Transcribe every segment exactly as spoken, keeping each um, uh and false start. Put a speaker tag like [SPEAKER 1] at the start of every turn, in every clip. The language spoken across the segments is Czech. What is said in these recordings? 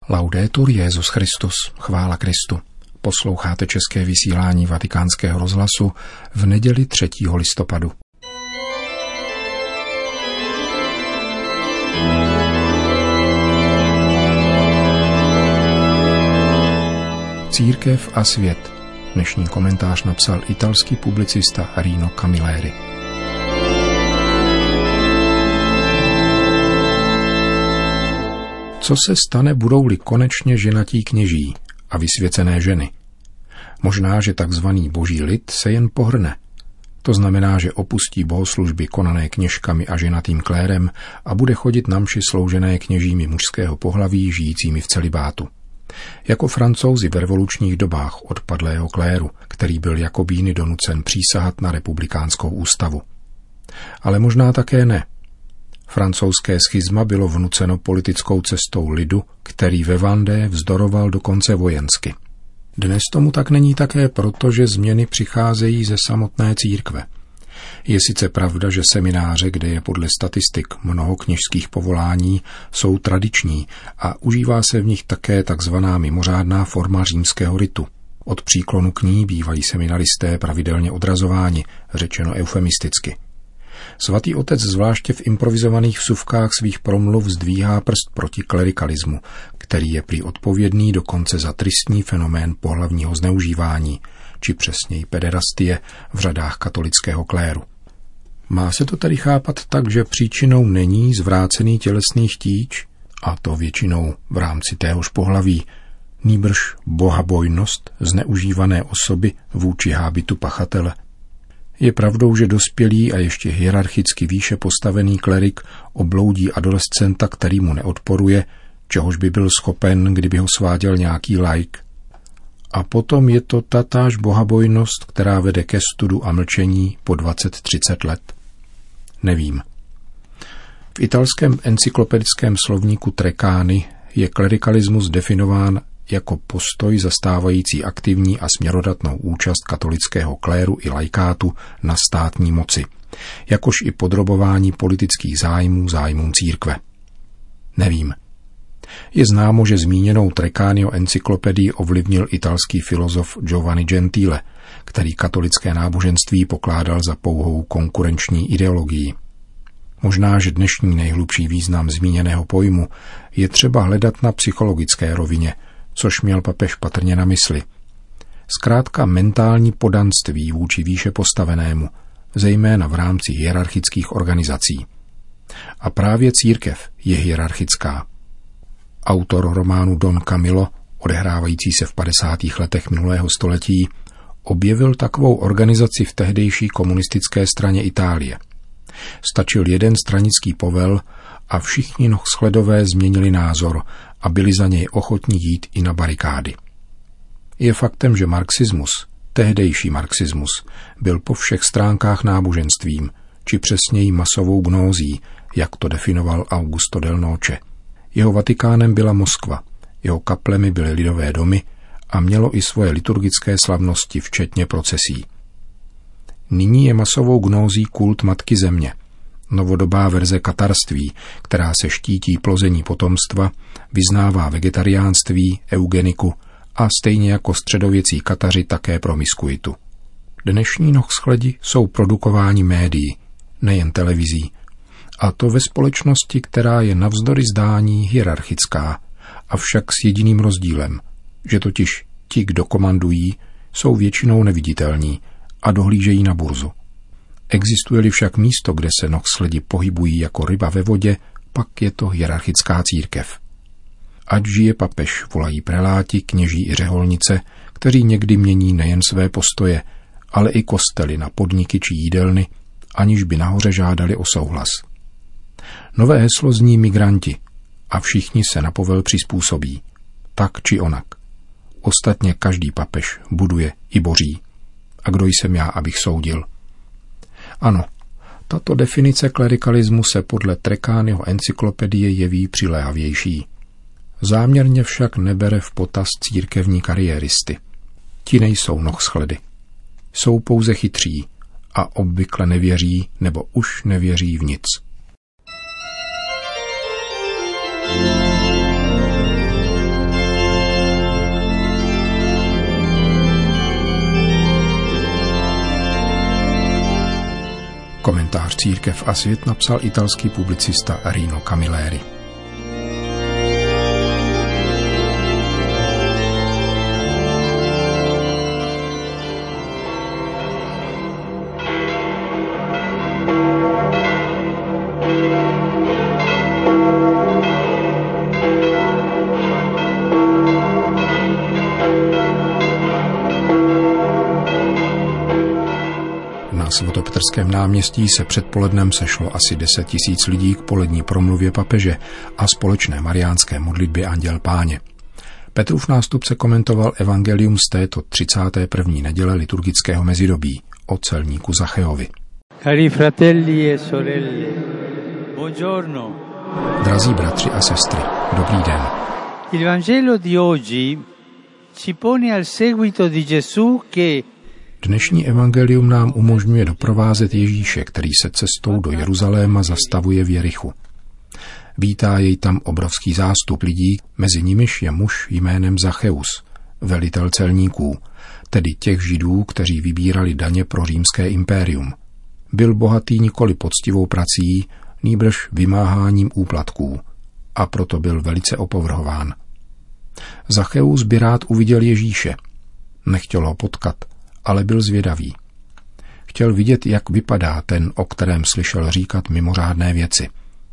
[SPEAKER 1] Laudetur Jesus Christus, chvála Kristu. Posloucháte české vysílání Vatikánského rozhlasu v neděli třetího listopadu. Církev a svět. Dnešní komentář napsal italský publicista Rino Camilleri. Co se stane, budou-li konečně ženatí kněží a vysvěcené ženy? Možná, že takzvaný boží lid se jen pohrne. To znamená, že opustí bohoslužby konané kněžkami a ženatým klérem a bude chodit na mši sloužené kněžími mužského pohlaví žijícími v celibátu. Jako Francouzi v revolučních dobách odpadlého kléru, který byl Jakobíny donucen přísahat na republikánskou ústavu. Ale možná také ne. Francouzské schizma bylo vnuceno politickou cestou lidu, který ve Vendée vzdoroval dokonce vojensky. Dnes tomu tak není také proto, že změny přicházejí ze samotné církve. Je sice pravda, že semináře, kde je podle statistik mnoho kněžských povolání, jsou tradiční a užívá se v nich také takzvaná mimořádná forma římského ritu. Od příklonu k ní bývají seminaristé pravidelně odrazováni, řečeno eufemisticky. Svatý otec zvláště v improvizovaných vsuvkách svých promluv zdvíhá prst proti klerikalismu, který je prý odpovědný dokonce za tristní fenomén pohlavního zneužívání, či přesněji pederastie v řadách katolického kléru. Má se to tedy chápat tak, že příčinou není zvrácený tělesný chtíč, a to většinou v rámci téhož pohlaví, nýbrž bohabojnost zneužívané osoby vůči hábitu pachatele. Je pravdou, že dospělý a ještě hierarchicky výše postavený klerik obloudí adolescenta, který mu neodporuje, čehož by byl schopen, kdyby ho sváděl nějaký laik. A potom je to tatáž bohabojnost, která vede ke studu a mlčení po dvacet třicet let. Nevím. V italském encyklopedickém slovníku Treccani je klerikalismus definován jako postoj zastávající aktivní a směrodatnou účast katolického kléru i laikátu na státní moci, jakož i podrobování politických zájmů zájmům církve. Nevím. Je známo, že zmíněnou Treccaniho encyklopedii ovlivnil italský filozof Giovanni Gentile, který katolické náboženství pokládal za pouhou konkurenční ideologii. Možná, že dnešní nejhlubší význam zmíněného pojmu je třeba hledat na psychologické rovině, což měl papež patrně na mysli. Zkrátka mentální podanství vůči výše postavenému, zejména v rámci hierarchických organizací. A právě církev je hierarchická. Autor románu Don Camillo, odehrávající se v padesátých letech minulého století, objevil takovou organizaci v tehdejší komunistické straně Itálie. Stačil jeden stranický povel a všichni nohshledové změnili názor a byli za něj ochotní jít i na barikády. Je faktem, že marxismus, tehdejší marxismus, byl po všech stránkách náboženstvím, či přesněji masovou gnózí, jak to definoval Augusto del Noce. Jeho Vatikánem byla Moskva, jeho kaplemi byly lidové domy a mělo i svoje liturgické slavnosti, včetně procesí. Nyní je masovou gnózí kult Matky Země, novodobá verze katarství, která se štítí plození potomstva, vyznává vegetariánství, eugeniku a stejně jako středověcí Kataři také promiskuitu. Dnešní nohshledi jsou produkováni médií, nejen televizí, a to ve společnosti, která je navzdory zdání hierarchická, avšak s jediným rozdílem, že totiž ti, kdo komandují, jsou většinou neviditelní a dohlížejí na burzu. Existuje-li však místo, kde se nohsledi pohybují jako ryba ve vodě, pak je to hierarchická církev. Ať žije papež, volají preláti, kněží i řeholnice, kteří někdy mění nejen své postoje, ale i kostely na podniky či jídelny, aniž by nahoře žádali o souhlas. Nové heslo zní migranti a všichni se na povel přizpůsobí, tak či onak. Ostatně každý papež buduje i boří. A kdo jsem já, abych soudil? Ano, tato definice klerikalismu se podle Treccaniho encyklopedie jeví přiléhavější. Záměrně však nebere v potaz církevní kariéristy. Ti nejsou nohshledy. Jsou pouze chytří a obvykle nevěří nebo už nevěří v nic. Komentář Církev a svět napsal italský publicista Rino Camilleri. Na svatopetrském náměstí se předpolednem sešlo asi deset tisíc lidí k polední promluvě papeže a společné mariánské modlitbě Anděl Páně. Petrův nástupce komentoval evangelium z této třicáté první neděle liturgického mezidobí o celníku Zacheovi.
[SPEAKER 2] Cari fratelli e sorelle, buongiorno.
[SPEAKER 1] Drazí bratři a sestry, dobrý den.
[SPEAKER 2] Il Vangelo di oggi ci pone al seguito di Gesù che
[SPEAKER 1] Dnešní evangelium nám umožňuje doprovázet Ježíše, který se cestou do Jeruzaléma zastavuje v Jerichu. Vítá jej tam obrovský zástup lidí, mezi nimiž je muž jménem Zacheus, velitel celníků, tedy těch Židů, kteří vybírali daně pro římské impérium. Byl bohatý nikoli poctivou prací, nýbrž vymáháním úplatků, a proto byl velice opovrhován. Zacheus by rád uviděl Ježíše. Nechtěl ho potkat, ale byl zvědavý. Chtěl vidět, jak vypadá ten, o kterém slyšel říkat mimořádné věci.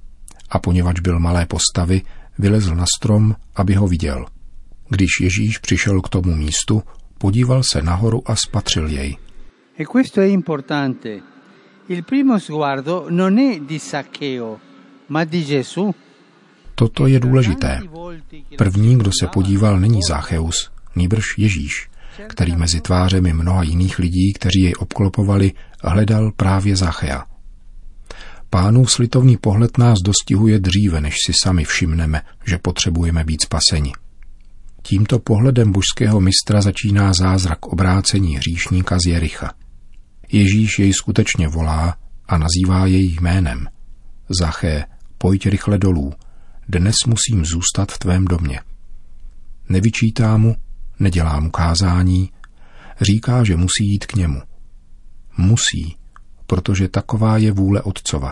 [SPEAKER 1] A poněvadž byl malé postavy, vylezl na strom, aby ho viděl. Když Ježíš přišel k tomu místu, podíval se nahoru a spatřil jej.
[SPEAKER 2] E questo è importante. Il primo sguardo non è di Zaccheo, ma di Gesù.
[SPEAKER 1] Toto je důležité. První, kdo se podíval, není Zacheus, nýbrž Ježíš, který mezi tvářemi mnoha jiných lidí, kteří jej obklopovali, hledal právě Zachea. Pánův slitovný pohled nás dostihuje dříve, než si sami všimneme, že potřebujeme být spaseni. Tímto pohledem božského mistra začíná zázrak obrácení hříšníka z Jericha. Ježíš jej skutečně volá a nazývá jej jménem. Zaché, pojď rychle dolů, dnes musím zůstat v tvém domě. Nevyčítá mu, nedělá mu kázání, říká, že musí jít k němu. Musí, protože taková je vůle Otcova.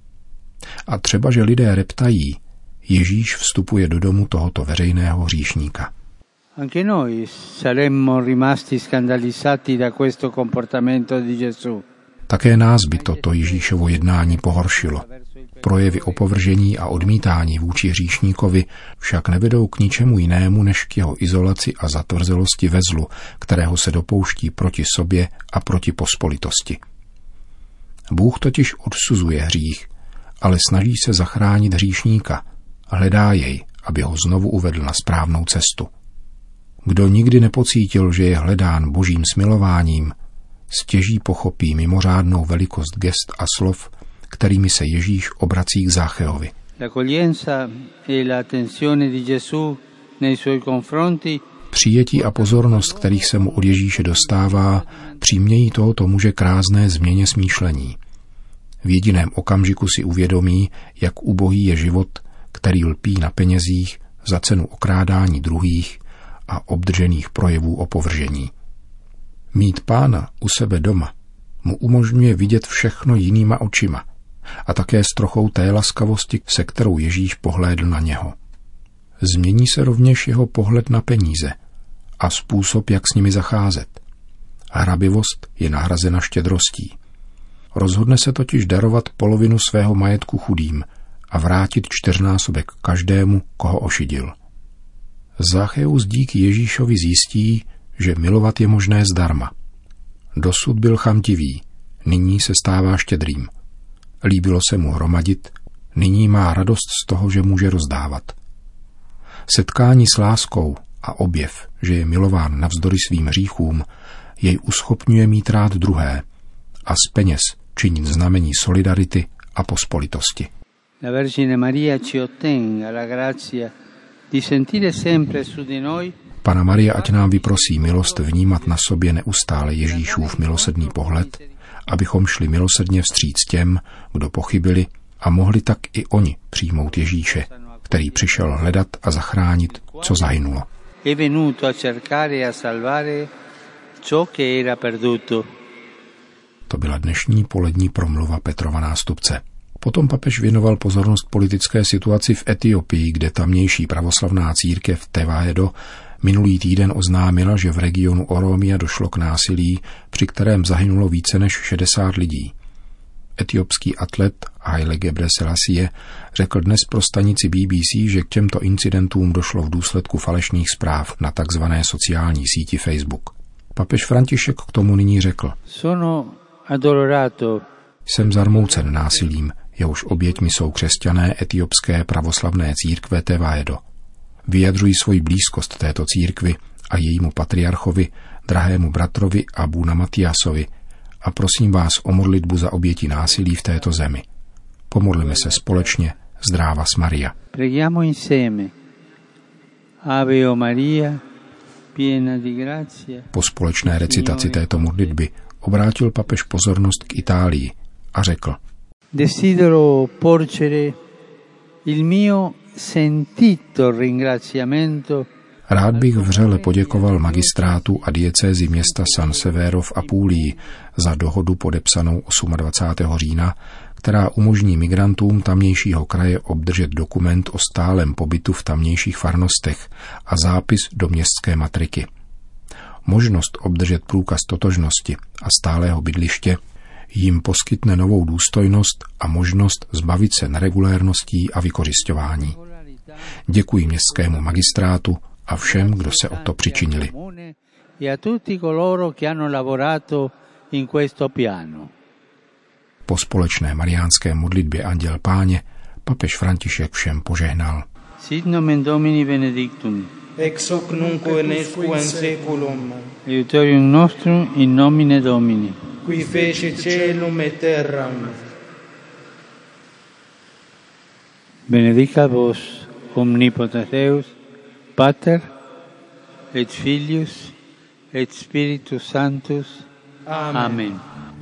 [SPEAKER 1] A třeba, že lidé reptají, Ježíš vstupuje do domu tohoto veřejného hříšníka.
[SPEAKER 2] Anche noi saremmo rimasti scandalizzati da questo comportamento di Gesù.
[SPEAKER 1] Také nás by toto Ježíšovo jednání pohoršilo. Projevy opovržení a odmítání vůči hříšníkovi však nevedou k ničemu jinému než k jeho izolaci a zatvrzelosti ve zlu, kterého se dopouští proti sobě a proti pospolitosti. Bůh totiž odsuzuje hřích, ale snaží se zachránit hříšníka, hledá jej, aby ho znovu uvedl na správnou cestu. Kdo nikdy nepocítil, že je hledán božím smilováním, stěží pochopí mimořádnou velikost gest a slov, kterými se Ježíš obrací k Zacheovi. Přijetí a pozornost, kterých se mu od Ježíše dostává, přimějí tohoto muže k rázné změně smýšlení. V jediném okamžiku si uvědomí, jak ubohý je život, který lpí na penězích za cenu okrádání druhých a obdržených projevů opovržení. Mít Pána u sebe doma mu umožňuje vidět všechno jinýma očima a také s trochou té laskavosti, se kterou Ježíš pohlédl na něho. Změní se rovněž jeho pohled na peníze a způsob, jak s nimi zacházet. Hrabivost je nahrazena štědrostí. Rozhodne se totiž darovat polovinu svého majetku chudým a vrátit čtyřnásobek každému, koho ošidil. Zacheus díky Ježíšovi zjistí, že milovat je možné zdarma. Dosud byl chamtivý, nyní se stává štědrým. Líbilo se mu hromadit, nyní má radost z toho, že může rozdávat. Setkání s láskou a objev, že je milován navzdory svým hříchům, jej uschopňuje mít rád druhé a z peněz činit znamení solidarity a pospolitosti.
[SPEAKER 2] La Vergine Maria ci ottenga la grazia di sentire sempre su di noi.
[SPEAKER 1] Panna Maria ať nám vyprosí milost vnímat na sobě neustále Ježíšův milosrdný pohled, abychom šli milosrdně vstříc těm, kdo pochybili, a mohli tak i oni přijmout Ježíše, který přišel hledat a zachránit, co zahynulo.
[SPEAKER 2] È venuto a cercare e a salvare ciò che era perduto.
[SPEAKER 1] To byla dnešní polední promluva Petrova nástupce. Potom papež věnoval pozornost politické situaci v Etiopii, kde tamnější pravoslavná církev Tewahedo minulý týden oznámila, že v regionu Oromia došlo k násilí, při kterém zahynulo více než šedesát lidí. Etiopský atlet Haile Gebrselassie řekl dnes pro stanici B B C, že k těmto incidentům došlo v důsledku falešných zpráv na takzvané sociální síti Facebook. Papež František k tomu nyní řekl:
[SPEAKER 2] Sono addolorato.
[SPEAKER 1] Jsem zarmoucen násilím, jehož oběťmi jsou křesťané etiopské pravoslavné církve Tewahedo. Vyjadřuji svoji blízkost této církvi a jejímu patriarchovi, drahému bratrovi Abuna Matiasovi, a prosím vás o modlitbu za oběti násilí v této zemi. Pomodleme se společně. Zdravas Maria.
[SPEAKER 2] Preghiamo insieme. Ave o Maria, piena di grazia.
[SPEAKER 1] Po společné recitaci této modlitby obrátil papež pozornost k Itálii a řekl:
[SPEAKER 2] Desidero porgere il mio sentito ringraziamento.
[SPEAKER 1] Rád bych vřele poděkoval magistrátu a diecézi města San Severo v Apulii za dohodu podepsanou dvacátého osmého října, která umožní migrantům tamnějšího kraje obdržet dokument o stálem pobytu v tamnějších farnostech a zápis do městské matriky. Možnost obdržet průkaz totožnosti a stálého bydliště jim poskytne novou důstojnost a možnost zbavit se neregulérností a vykořisťování. Děkuji městskému magistrátu a všem, kdo se o to přičinili. Po společné mariánské modlitbě Anděl Páně papež František všem požehnal.
[SPEAKER 2] Sit nomen Domini benedictum.
[SPEAKER 3] Ex hoc nunc et nesque in saeculum.
[SPEAKER 2] Aiutorium nostrum in nomine Domini.
[SPEAKER 3] Qui fece caelum et terram.
[SPEAKER 2] Benedicat vos omnipotens Deus, Pater et Filius et Spiritus Sanctus.
[SPEAKER 3] Amen.
[SPEAKER 2] Amen.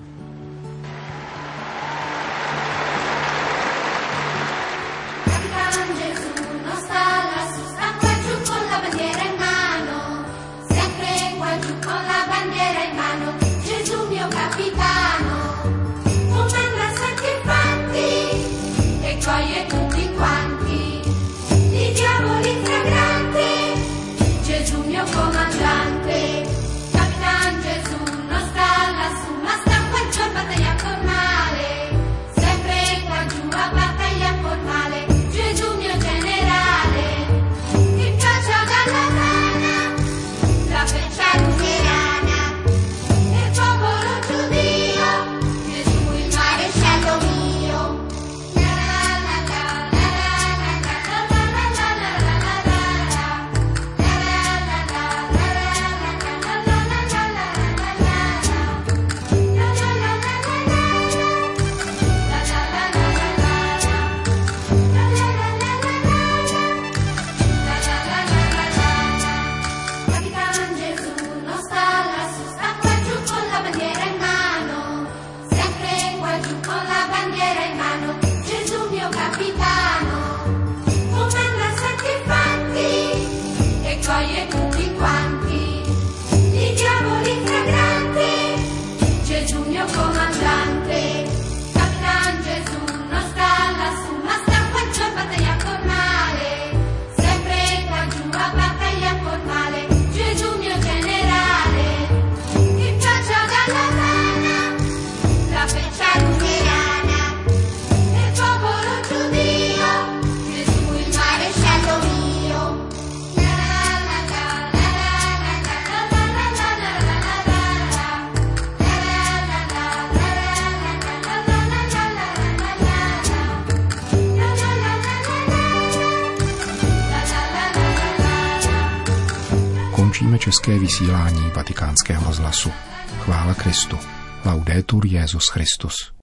[SPEAKER 1] Končíme české vysílání Vatikánského rozhlasu. Chvála Kristu. Laudetur Jesus Christus.